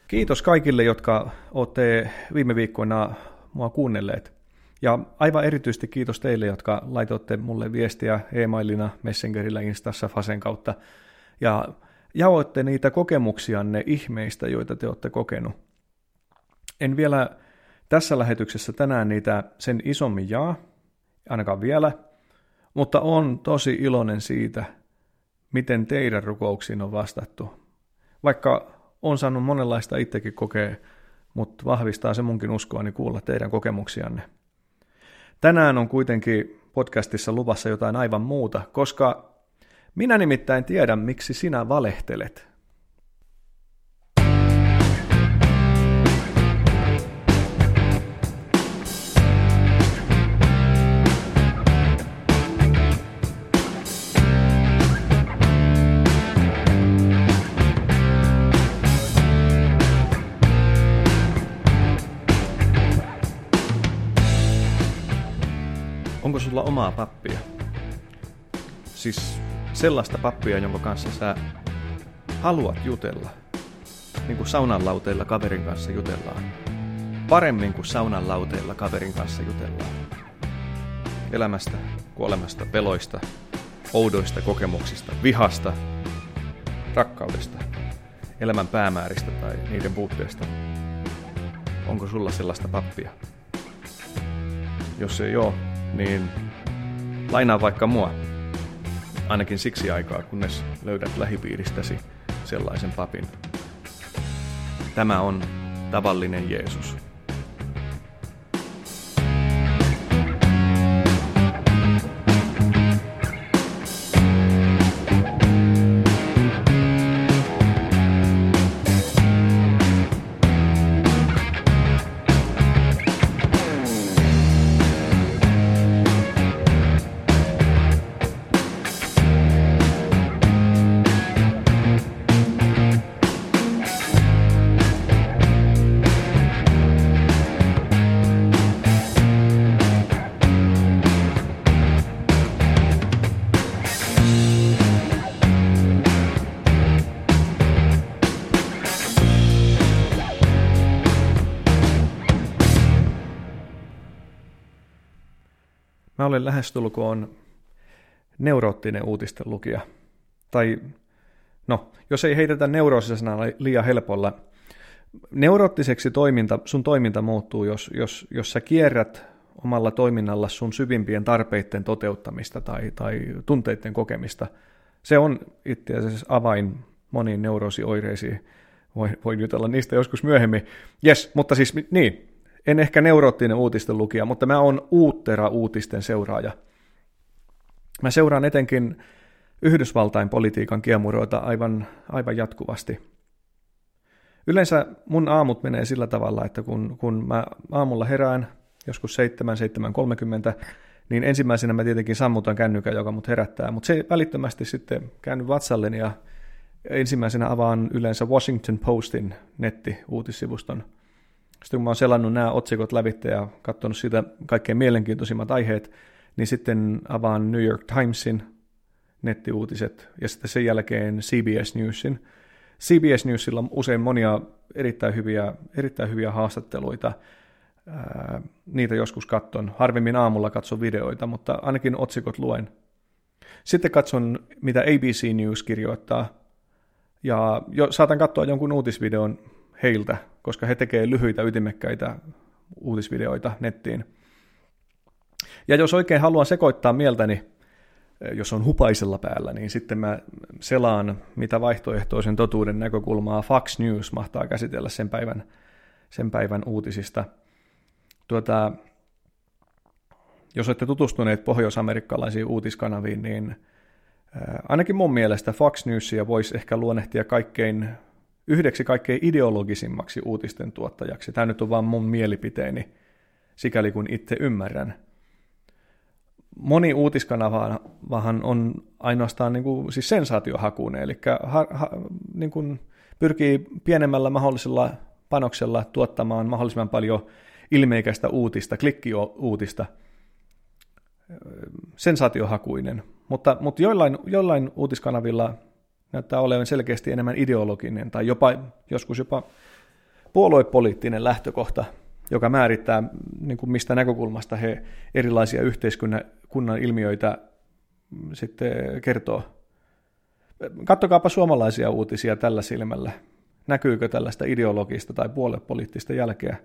Kiitos kaikille, jotka olette viime viikkoina mua kuunnelleet. Ja aivan erityisesti kiitos teille, jotka laitoitte mulle viestiä e-mailina, Messengerillä, Instassa, Fasen kautta. Ja jaoitte niitä kokemuksianne ihmeistä, joita te olette kokenut. En vielä tässä lähetyksessä tänään niitä sen isommin jaa, ainakaan vielä, mutta on tosi iloinen siitä, miten teidän rukouksiin on vastattu. Vaikka on saanut monenlaista itsekin kokea, mutta vahvistaa se munkin uskoani kuulla teidän kokemuksianne. Tänään on kuitenkin podcastissa luvassa jotain aivan muuta, koska minä nimittäin tiedän, miksi sinä valehtelet. Onko sulla omaa pappia? Siis sellaista pappia, jonka kanssa sä haluat jutella. Niin kuin saunanlauteilla kaverin kanssa jutellaan. Paremmin kuin saunanlauteilla kaverin kanssa jutellaan. Elämästä, kuolemasta, peloista, oudoista kokemuksista, vihasta, rakkaudesta, elämän päämääristä tai niiden puutteesta. Onko sulla sellaista pappia? Jos ei ole, niin lainaa vaikka mua, ainakin siksi aikaa, kunnes löydät lähipiiristäsi sellaisen papin. Tämä on tavallinen Jeesus. Mä olen lähestulkoon neuroottinen uutisten lukija. Tai, no, jos ei heitetä neuroosisena liian helpolla. Neuroottiseksi sun toiminta muuttuu, jos sä kierrät omalla toiminnalla sun syvimpien tarpeiden toteuttamista tai tunteiden kokemista. Se on itse asiassa avain moniin neuroosioireisiin. Voin jutella niistä joskus myöhemmin. Jes, mutta siis niin. En ehkä neuroottinen uutisten lukija, mutta mä oon uuttera uutisten seuraaja. Mä seuraan etenkin Yhdysvaltain politiikan kiemuroita aivan jatkuvasti. Yleensä mun aamut menee sillä tavalla, että kun mä aamulla herään, joskus 7:30, niin ensimmäisenä mä tietenkin sammutan kännykän, joka mut herättää, mutta se välittömästi sitten käännyn vatsalleni ja ensimmäisenä avaan yleensä Washington Postin netti-uutissivuston. Sitten kun mä oon selannut nämä otsikot lävitse ja katsonut siitä kaikkein mielenkiintoisimmat aiheet, niin sitten avaan New York Timesin nettiuutiset ja sitten sen jälkeen CBS Newsin. CBS Newsilla on usein monia erittäin hyviä haastatteluita. Niitä joskus katson. Harvemmin aamulla katson videoita, mutta ainakin otsikot luen. Sitten katson, mitä ABC News kirjoittaa. Ja saatan katsoa jonkun uutisvideon heiltä, koska he tekevät lyhyitä, ytimekkäitä uutisvideoita nettiin. Ja jos oikein haluan sekoittaa mieltäni, jos on hupaisella päällä, niin sitten mä selaan, mitä vaihtoehtoisen totuuden näkökulmaa Fox News mahtaa käsitellä sen päivän uutisista. Jos olette tutustuneet pohjois-amerikkalaisiin uutiskanaviin, niin ainakin mun mielestä Fox Newsia voisi ehkä luonnehtia yhdeksi kaikkein ideologisimmaksi uutisten tuottajaksi. Tämä nyt on vaan mun mielipiteeni, sikäli kun itse ymmärrän. Moni uutiskanavahan on ainoastaan siis sensaatiohakuinen, eli pyrkii pienemmällä mahdollisella panoksella tuottamaan mahdollisimman paljon ilmeikästä uutista, klikkiuutista, sensaatiohakuinen. Mutta jollain uutiskanavilla näyttää olevan selkeästi enemmän ideologinen tai joskus jopa puoluepoliittinen lähtökohta, joka määrittää, niin kuin mistä näkökulmasta he erilaisia yhteiskunnan ilmiöitä sitten kertoo. Katsokaapa suomalaisia uutisia tällä silmällä. Näkyykö tällaista ideologista tai puoluepoliittista jälkeä?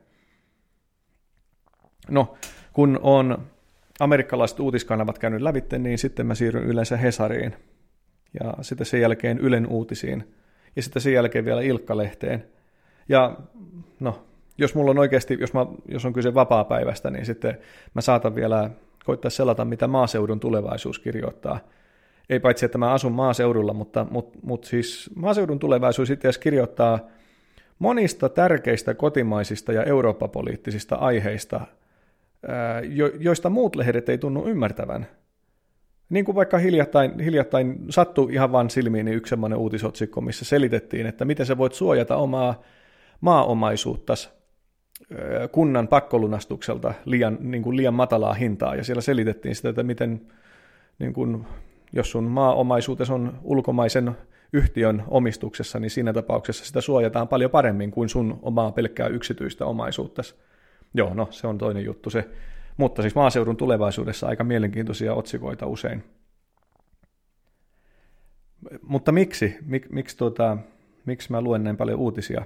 No, kun on amerikkalaiset uutiskanavat käynyt lävitse, niin sitten mä siirryn yleensä Hesariin ja sitten sen jälkeen Ylen uutisiin ja sitten sen jälkeen vielä Ilkka-lehteen. Ja no, jos mulla on oikeasti, jos on kyse vapaapäivästä, niin sitten mä saatan vielä koittaa selata, mitä Maaseudun Tulevaisuus kirjoittaa. Ei paitsi, että mä asun maaseudulla, mutta siis Maaseudun Tulevaisuus itse asiassa kirjoittaa monista tärkeistä kotimaisista ja eurooppapoliittisista aiheista, joista muut lehdet ei tunnu ymmärtävän. Niin kuin vaikka hiljattain sattui ihan vaan silmiini yksi semmoinen uutisotsikko, missä selitettiin, että miten sä voit suojata omaa maaomaisuuttasi kunnan pakkolunastukselta liian matalaa hintaa. Ja siellä selitettiin sitä, että miten, niin kuin, jos sun maaomaisuutesi on ulkomaisen yhtiön omistuksessa, niin siinä tapauksessa sitä suojataan paljon paremmin kuin sun omaa pelkkää yksityistä omaisuuttasi. Joo, no se on toinen juttu se. Mutta siis Maaseudun Tulevaisuudessa aika mielenkiintoisia otsikoita usein. Mutta miksi mä luen näin paljon uutisia?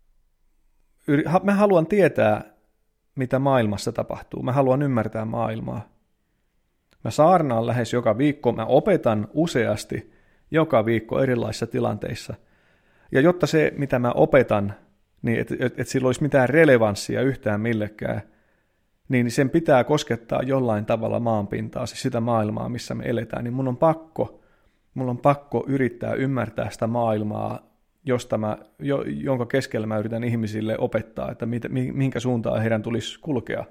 Mä haluan tietää, mitä maailmassa tapahtuu. Mä haluan ymmärtää maailmaa. Mä saarnaan lähes joka viikko. Mä opetan useasti joka viikko erilaisissa tilanteissa. Ja jotta se, mitä mä opetan, niin että sillä olisi mitään relevanssia yhtään millekään, niin sen pitää koskettaa jollain tavalla maanpintaa, siis sitä maailmaa, missä me eletään, niin mun on pakko yrittää ymmärtää sitä maailmaa, jonka keskellä mä yritän ihmisille opettaa, että mihinkä suuntaan heidän tulisi kulkea.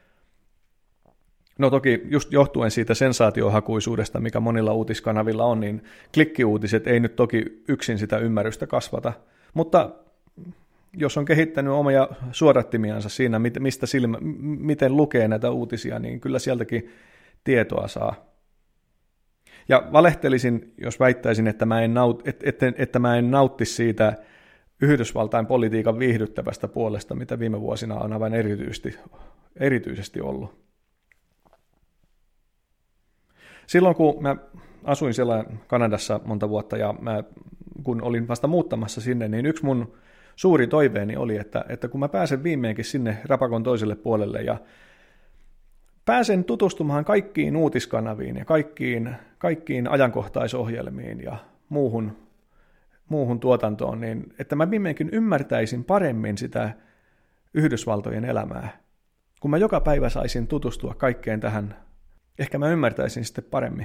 No toki just johtuen siitä sensaatiohakuisuudesta, mikä monilla uutiskanavilla on, niin klikkiuutiset ei nyt toki yksin sitä ymmärrystä kasvata, mutta jos on kehittänyt omia suodattimiansa siinä, miten lukee näitä uutisia, niin kyllä sieltäkin tietoa saa. Ja valehtelisin, jos väittäisin, että mä en nauttisi siitä Yhdysvaltain politiikan viihdyttävästä puolesta, mitä viime vuosina on aivan erityisesti ollut. Silloin kun mä asuin siellä Kanadassa monta vuotta ja kun olin vasta muuttamassa sinne, niin yksi mun suuri toiveeni oli, että kun mä pääsen viimeinkin sinne rapakon toiselle puolelle ja pääsen tutustumaan kaikkiin uutiskanaviin ja kaikkiin ajankohtaisohjelmiin ja muuhun tuotantoon, niin että mä viimeinkin ymmärtäisin paremmin sitä Yhdysvaltojen elämää. Kun mä joka päivä saisin tutustua kaikkeen tähän, ehkä mä ymmärtäisin sitten paremmin.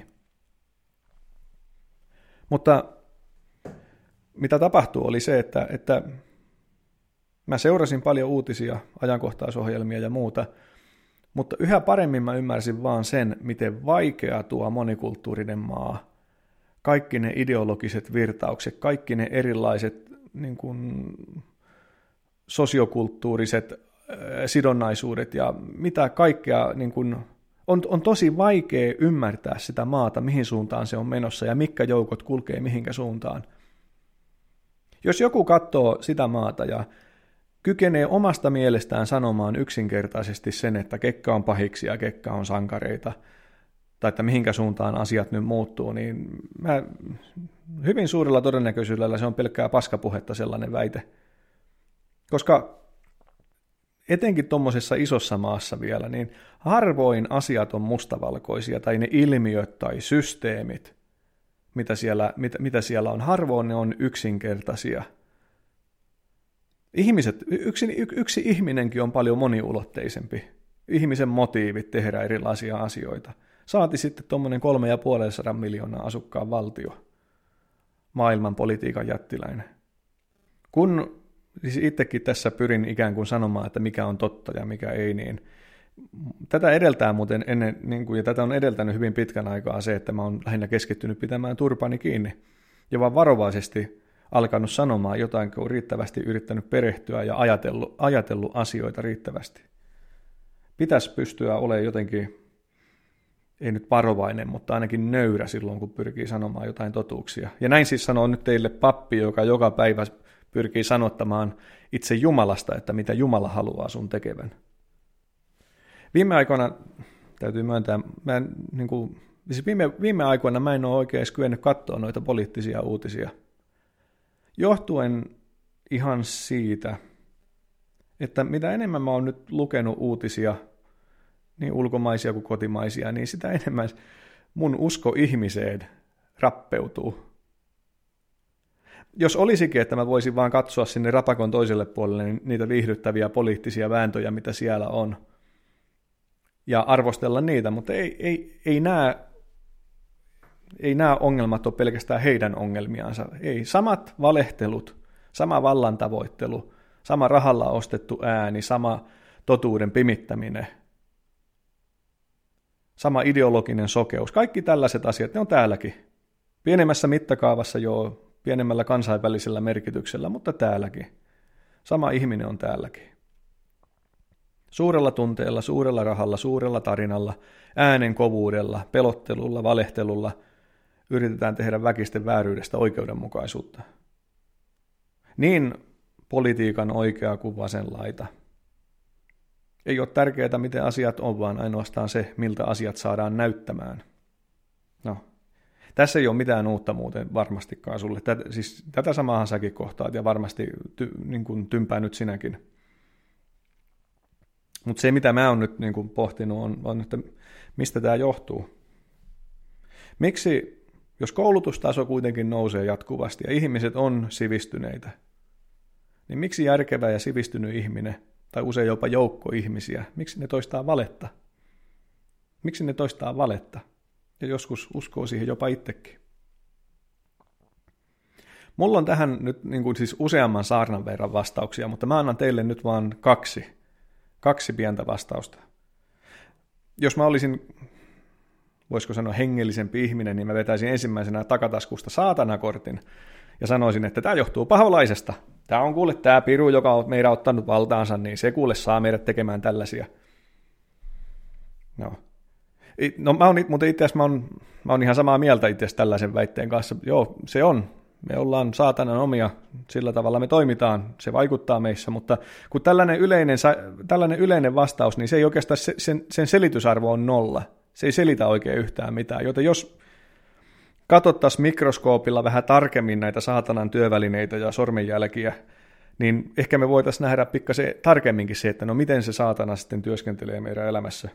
Mutta mitä tapahtuu oli se, että mä seurasin paljon uutisia, ajankohtaisohjelmia ja muuta, mutta yhä paremmin mä ymmärsin vaan sen, miten vaikea tuo monikulttuurinen maa, kaikki ne ideologiset virtaukset, kaikki ne erilaiset niin kuin sosiokulttuuriset sidonnaisuudet ja mitä kaikkea, niin kuin, on tosi vaikea ymmärtää sitä maata, mihin suuntaan se on menossa ja mitkä joukot kulkee mihinkä suuntaan. Jos joku katsoo sitä maata ja kykenee omasta mielestään sanomaan yksinkertaisesti sen, että kekka on pahiksi ja kekka on sankareita, tai että mihinkä suuntaan asiat nyt muuttuu, niin hyvin suurella todennäköisyydellä se on pelkkää paskapuhetta sellainen väite. Koska etenkin tuommoisessa isossa maassa vielä, niin harvoin asiat on mustavalkoisia, tai ne ilmiöt tai systeemit, mitä siellä on, harvoin ne on yksinkertaisia. Yksi ihminenkin on paljon moniulotteisempi. Ihmisen motiivit tehdä erilaisia asioita. Saati sitten tuommoinen 3,5 miljoonaa asukkaan valtio. Maailman politiikan jättiläinen. Kun siis itsekin tässä pyrin ikään kuin sanomaan, että mikä on totta ja mikä ei, niin tätä edeltää muuten ennen, ja tätä on edeltänyt hyvin pitkän aikaa se, että mä oon lähinnä keskittynyt pitämään turpani kiinni. Ja vaan varovaisesti alkanut sanomaan jotain, kun on riittävästi yrittänyt perehtyä ja ajatellut asioita riittävästi. Pitäisi pystyä olemaan jotenkin, ei nyt varovainen, mutta ainakin nöyrä silloin, kun pyrkii sanomaan jotain totuuksia. Ja näin siis sanoo nyt teille pappi, joka päivä pyrkii sanottamaan itse Jumalasta, että mitä Jumala haluaa sun tekevän. Viime aikoina, täytyy myöntää, viime aikoina mä en ole oikein edes kyennyt katsoa noita poliittisia uutisia. Johtuen ihan siitä, että mitä enemmän mä oon nyt lukenut uutisia, niin ulkomaisia kuin kotimaisia, niin sitä enemmän mun usko ihmiseen rappeutuu. Jos olisikin, että mä voisin vaan katsoa sinne rapakon toiselle puolelle niin niitä viihdyttäviä poliittisia vääntöjä, mitä siellä on, ja arvostella niitä, mutta ei nämä ongelmat ole pelkästään heidän ongelmiansa. Ei, samat valehtelut, sama vallan tavoittelu, sama rahalla ostettu ääni, sama totuuden pimittäminen, sama ideologinen sokeus, kaikki tällaiset asiat, ne on täälläkin. Pienemmässä mittakaavassa jo, pienemmällä kansainvälisellä merkityksellä, mutta täälläkin. Sama ihminen on täälläkin. Suurella tunteella, suurella rahalla, suurella tarinalla, äänen kovuudella, pelottelulla, valehtelulla yritetään tehdä väkisten vääryydestä oikeudenmukaisuutta. Niin politiikan oikea kuin vasen laita. Ei ole tärkeää, miten asiat on, vaan ainoastaan se, miltä asiat saadaan näyttämään. No, tässä ei ole mitään uutta muuten varmastikaan sulle. Tätä samaahan säkin kohtaat ja varmasti tympää nyt sinäkin. Mutta se, mitä mä oon nyt pohtinut, on, että mistä tämä johtuu. Miksi, jos koulutustaso kuitenkin nousee jatkuvasti ja ihmiset on sivistyneitä, niin miksi järkevä ja sivistynyt ihminen, tai usein jopa joukko ihmisiä, miksi ne toistaa valetta? Miksi ne toistaa valetta? Ja joskus uskoo siihen jopa itsekin. Mulla on tähän nyt siis useamman saarnan verran vastauksia, mutta mä annan teille nyt vaan kaksi pientä vastausta. Jos mä olisin, voisiko sanoa hengellisempi ihminen, niin mä vetäisin ensimmäisenä takataskusta saatanakortin ja sanoisin, että tämä johtuu paholaisesta. Tämä on kuule tämä piru, joka on meidän ottanut valtaansa, niin se kuule saa meidät tekemään tällaisia. Mutta itse asiassa mä oon ihan samaa mieltä itse asiassa tällaisen väitteen kanssa. Joo, se on. Me ollaan saatanan omia, sillä tavalla me toimitaan, se vaikuttaa meissä, mutta kun tällainen yleinen vastaus, niin se ei oikeastaan, sen selitysarvo on nolla. Se ei selitä oikein yhtään mitään, joten jos katsottaisiin mikroskoopilla vähän tarkemmin näitä saatanan työvälineitä ja sormenjälkiä, niin ehkä me voitaisiin nähdä pikkasen tarkemminkin se, että no miten se saatana sitten työskentelee meidän elämässä.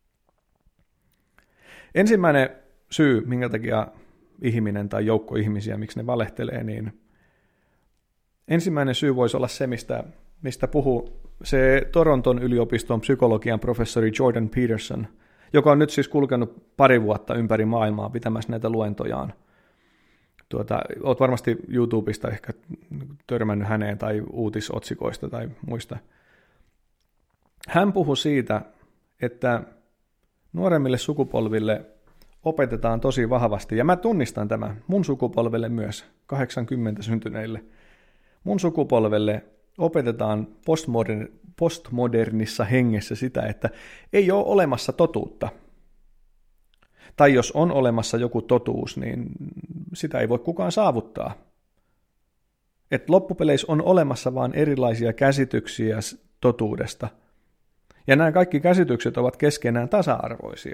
Ensimmäinen syy, minkä takia ihminen tai joukko ihmisiä, miksi ne valehtelee, niin ensimmäinen syy voisi olla se, mistä puhuu se Toronton yliopiston psykologian professori Jordan Peterson, joka on nyt siis kulkenut 2 vuotta ympäri maailmaa pitämässä näitä luentojaan. Olet varmasti YouTubesta ehkä törmännyt häneen tai uutisotsikoista tai muista. Hän puhui siitä, että nuoremmille sukupolville opetetaan tosi vahvasti, ja mä tunnistan tämän mun sukupolvelle myös, 80 syntyneille. Mun sukupolvelle opetetaan postmodernissa hengessä sitä, että ei ole olemassa totuutta. Tai jos on olemassa joku totuus, niin sitä ei voi kukaan saavuttaa. Et loppupeleissä on olemassa vain erilaisia käsityksiä totuudesta. Ja nämä kaikki käsitykset ovat keskenään tasa-arvoisia.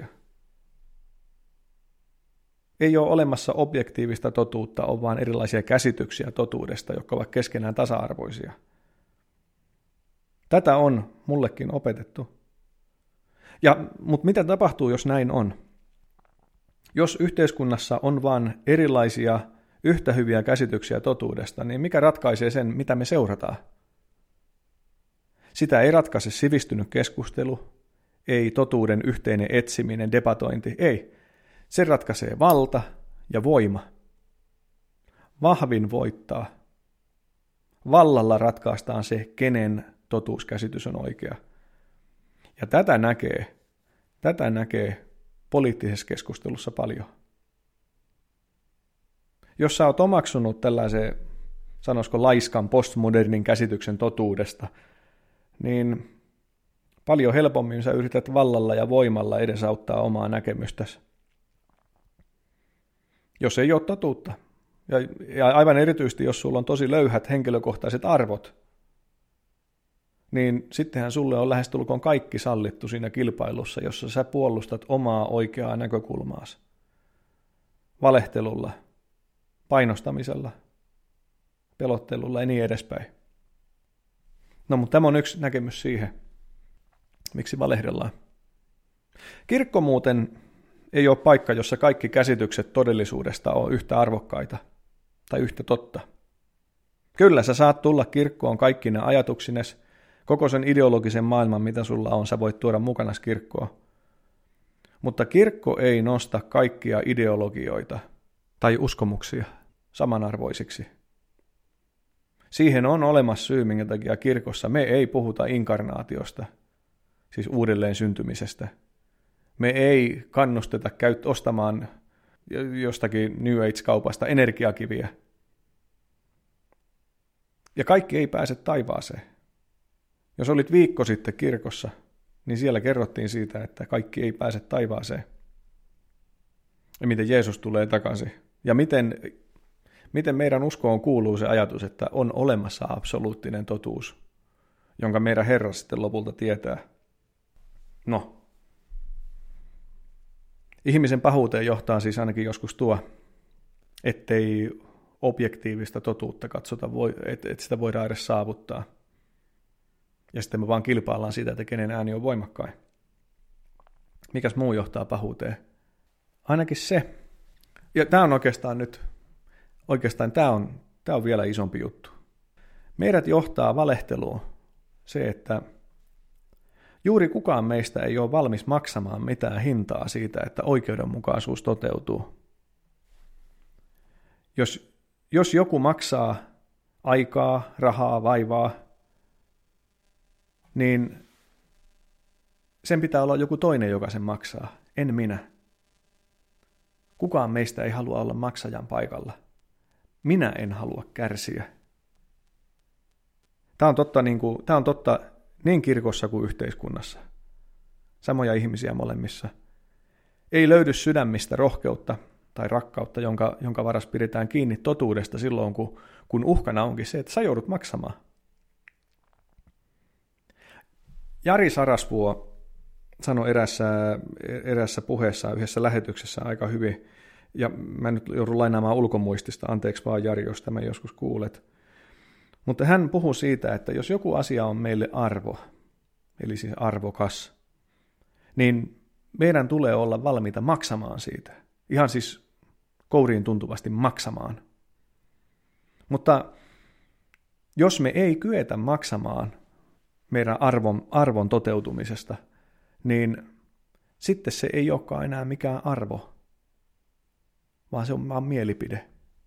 Ei ole olemassa objektiivista totuutta, on vain erilaisia käsityksiä totuudesta, jotka ovat keskenään tasa-arvoisia. Tätä on mullekin opetettu. Mutta mitä tapahtuu, jos näin on? Jos yhteiskunnassa on vain erilaisia yhtä hyviä käsityksiä totuudesta, niin mikä ratkaisee sen, mitä me seurataan? Sitä ei ratkaise sivistynyt keskustelu, ei totuuden yhteinen etsiminen, debatointi, ei. Se ratkaisee valta ja voima. Vahvin voittaa. Vallalla ratkaistaan se, kenen totuuskäsitys on oikea. Ja tätä näkee poliittisessa keskustelussa paljon. Jos sä oot omaksunut tällaisen, sanoisiko laiskan postmodernin käsityksen totuudesta, niin paljon helpommin sä yrität vallalla ja voimalla edesauttaa omaa näkemystäsi. Jos ei ole totuutta, Ja aivan erityisesti, jos sulla on tosi löyhät henkilökohtaiset arvot, niin sittenhän sulle on lähestulkoon kaikki sallittu siinä kilpailussa, jossa sä puolustat omaa oikeaa näkökulmaasi. Valehtelulla, painostamisella, pelottelulla ja niin edespäin. No, mutta tämä on yksi näkemys siihen, miksi valehdellaan. Kirkko muuten ei ole paikka, jossa kaikki käsitykset todellisuudesta on yhtä arvokkaita tai yhtä totta. Kyllä, sä saat tulla kirkkoon kaikkine ajatuksines, koko sen ideologisen maailman, mitä sulla on, sä voit tuoda mukana kirkkoon. Mutta kirkko ei nosta kaikkia ideologioita tai uskomuksia samanarvoisiksi. Siihen on olemassa syy, minkä takia kirkossa me ei puhuta inkarnaatiosta, siis uudelleen syntymisestä. Me ei kannusteta ostamaan jostakin New Age-kaupasta energiakiviä. Ja kaikki ei pääse taivaaseen. Jos olit viikko sitten kirkossa, niin siellä kerrottiin siitä, että kaikki ei pääse taivaaseen. Ja miten Jeesus tulee takaisin. Ja miten meidän uskoon kuuluu se ajatus, että on olemassa absoluuttinen totuus, jonka meidän Herra sitten lopulta tietää. No. Ihmisen pahuuteen johtaa siis ainakin joskus tuo, ettei objektiivista totuutta katsota, että sitä voidaan edes saavuttaa. Ja sitten me vaan kilpaillaan siitä, että kenen ääni on voimakkain. Mikäs muu johtaa pahuuteen? Ainakin se. Ja tämä on oikeastaan tämä on vielä isompi juttu. Meidät johtaa valehteluun se, että juuri kukaan meistä ei ole valmis maksamaan mitään hintaa siitä, että oikeudenmukaisuus toteutuu. Jos joku maksaa aikaa, rahaa, vaivaa, niin sen pitää olla joku toinen, joka sen maksaa, en minä. Kukaan meistä ei halua olla maksajan paikalla. Minä en halua kärsiä. Tämä on totta niin kirkossa kuin yhteiskunnassa. Samoja ihmisiä molemmissa. Ei löydy sydämistä rohkeutta tai rakkautta, jonka varas pidetään kiinni totuudesta silloin, kun uhkana onkin se, että sä joudut maksamaan. Jari Sarasvuo sanoi erässä puheessa yhdessä lähetyksessä aika hyvin, ja mä nyt joudun lainaamaan ulkomuistista, anteeksi vaan Jari, jos tämän joskus kuulet. Mutta hän puhui siitä, että jos joku asia on meille arvo, eli siis arvokas, niin meidän tulee olla valmiita maksamaan siitä. Ihan siis kouriin tuntuvasti maksamaan. Mutta jos me ei kyetä maksamaan meidän arvon toteutumisesta, niin sitten se ei olekaan enää mikään arvo, vaan se on vaan mielipide.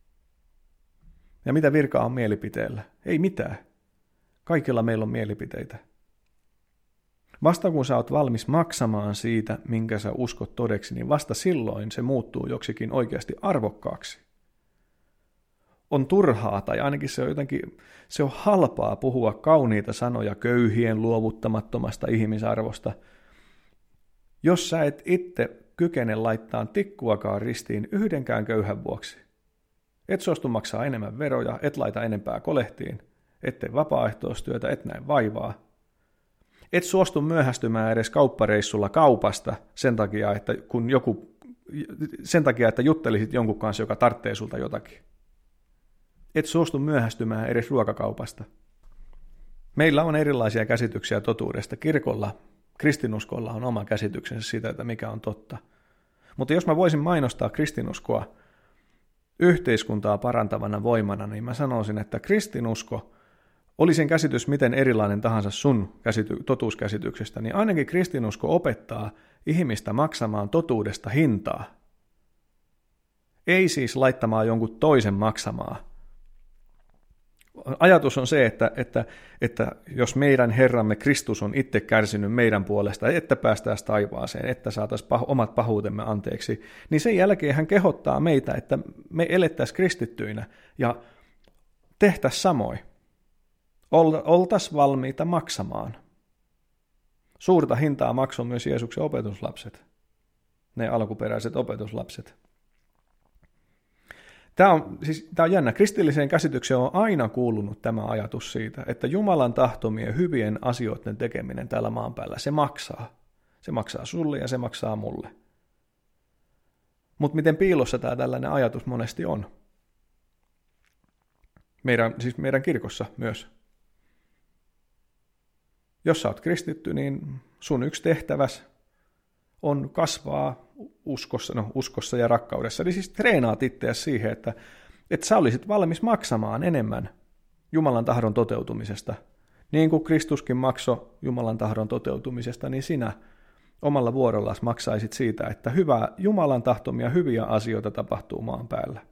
Ja mitä virkaa on mielipiteellä? Ei mitään. Kaikilla meillä on mielipiteitä. Vasta kun sä oot valmis maksamaan siitä, minkä sä uskot todeksi, niin vasta silloin se muuttuu joksikin oikeasti arvokkaaksi. On turhaa, tai ainakin se on halpaa puhua kauniita sanoja köyhien luovuttamattomasta ihmisarvosta, jos sä et itse kykene laittaa tikkuakaan ristiin yhdenkään köyhän vuoksi. Et suostu maksaa enemmän veroja, et laita enempää kolehtiin, et tee vapaaehtoistyötä, et näe vaivaa. Et suostu myöhästymään edes kauppareissulla kaupasta sen takia, että juttelisit jonkun kanssa, joka tarvitsee sulta jotakin. Et suostu myöhästymään edes ruokakaupasta. Meillä on erilaisia käsityksiä totuudesta. Kirkolla, kristinuskolla on oma käsityksensä siitä, että mikä on totta. Mutta jos mä voisin mainostaa kristinuskoa yhteiskuntaa parantavana voimana, niin mä sanoisin, että kristinusko, oli sen käsitys miten erilainen tahansa sun totuuskäsityksestä, niin ainakin kristinusko opettaa ihmistä maksamaan totuudesta hintaa. Ei siis laittamaan jonkun toisen maksamaan. Ajatus on se, että jos meidän Herramme Kristus on itse kärsinyt meidän puolesta, että päästäisiin taivaaseen, että saataisiin omat pahuutemme anteeksi, niin sen jälkeen hän kehottaa meitä, että me elettäisiin kristittyinä ja tehtäisiin samoin. Oltaisiin valmiita maksamaan. Suurta hintaa maksoi myös Jeesuksen opetuslapset, ne alkuperäiset opetuslapset. Tämä on jännä. Kristilliseen käsitykseen on aina kuulunut tämä ajatus siitä, että Jumalan tahtomien hyvien asioiden tekeminen täällä maan päällä, se maksaa. Se maksaa sulle ja se maksaa mulle. Mutta miten piilossa tämä tällainen ajatus monesti on? Meidän kirkossa myös. Jos sä oot kristitty, niin sun yksi tehtäväs on kasvaa uskossa ja rakkaudessa. Eli siis treenaat itseäsi siihen, että sä olisit valmis maksamaan enemmän Jumalan tahdon toteutumisesta. Niin kuin Kristuskin maksoi Jumalan tahdon toteutumisesta, niin sinä omalla vuorollasi maksaisit siitä, että hyvää Jumalan tahtomia hyviä asioita tapahtuu maan päällä.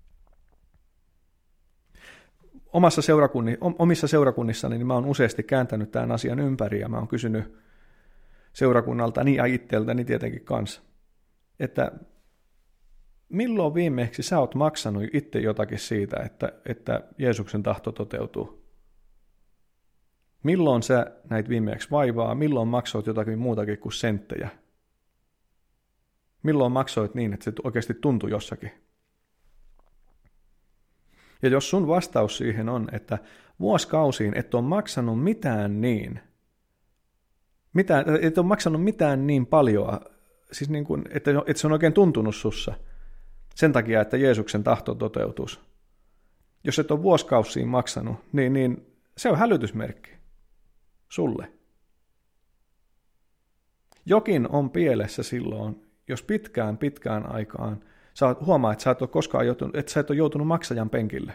Omissa seurakunnissani niin mä oon useasti kääntänyt tämän asian ympäri ja mä oon kysynyt seurakunnaltani ja itseltäni tietenkin kanssa, että milloin viimeksi sä oot maksanut itse jotakin siitä, että Jeesuksen tahto toteutuu? Milloin sä näit viimeksi vaivaa? Milloin maksoit jotakin muutakin kuin senttejä? Milloin maksoit niin, että se oikeasti tuntui jossakin? Ja jos sun vastaus siihen on, että vuosikausiin et ole maksanut mitään et ole maksanut mitään niin paljon, siis niin kuin, että se on oikein tuntunut sussa sen takia, että Jeesuksen tahto toteutuisi. Jos et ole vuosikausiin maksanut, niin se on hälytysmerkki sulle. Jokin on pielessä silloin, jos pitkään aikaan sä huomaat, että sä et ole joutunut maksajan penkille.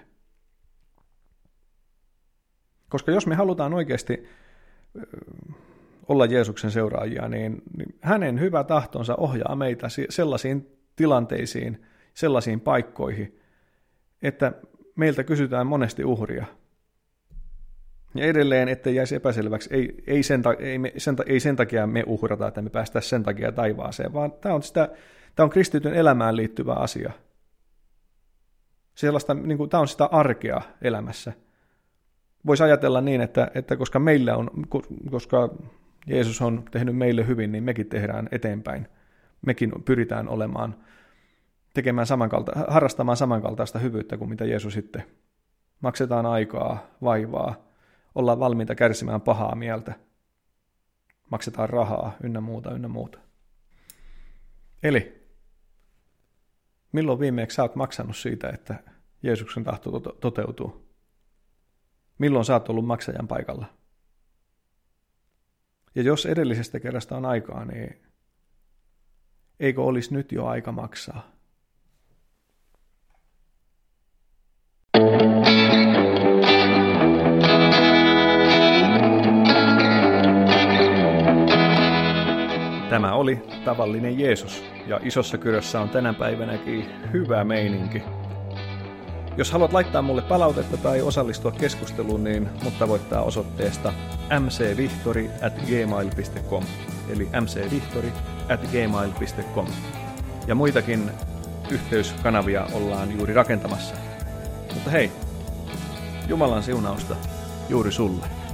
Koska jos me halutaan oikeasti olla Jeesuksen seuraajia, niin hänen hyvä tahtonsa ohjaa meitä sellaisiin tilanteisiin, sellaisiin paikkoihin, että meiltä kysytään monesti uhria. Ja edelleen, ettei jäisi epäselväksi, ei sen takia me uhrata, että me päästäisiin sen takia taivaaseen, vaan tämä on kristityn elämään liittyvä asia. Tämä on sitä arkea elämässä. Voisi ajatella niin, että koska Jeesus on tehnyt meille hyvin, niin mekin tehdään eteenpäin. Mekin pyritään harrastamaan samankaltaista hyvyyttä kuin mitä Jeesus sitten. Maksetaan aikaa, vaivaa, ollaan valmiita kärsimään pahaa mieltä. Maksetaan rahaa, ynnä muuta. Eli milloin viimeksi sä oot maksanut siitä, että Jeesuksen tahto toteutuu? Milloin sä oot ollut maksajan paikalla? Ja jos edellisestä kerrasta on aikaa, niin eikö olisi nyt jo aika maksaa? Tämä oli Tavallinen Jeesus, ja Isossa Kyrössä on tänä päivänäkin hyvä meininki. Jos haluat laittaa mulle palautetta tai osallistua keskusteluun, niin mut tavoittaa osoitteesta mcvihtori@gmail.com, eli mcvihtori@gmail.com. Ja muitakin yhteyskanavia ollaan juuri rakentamassa. Mutta hei, Jumalan siunausta juuri sulle.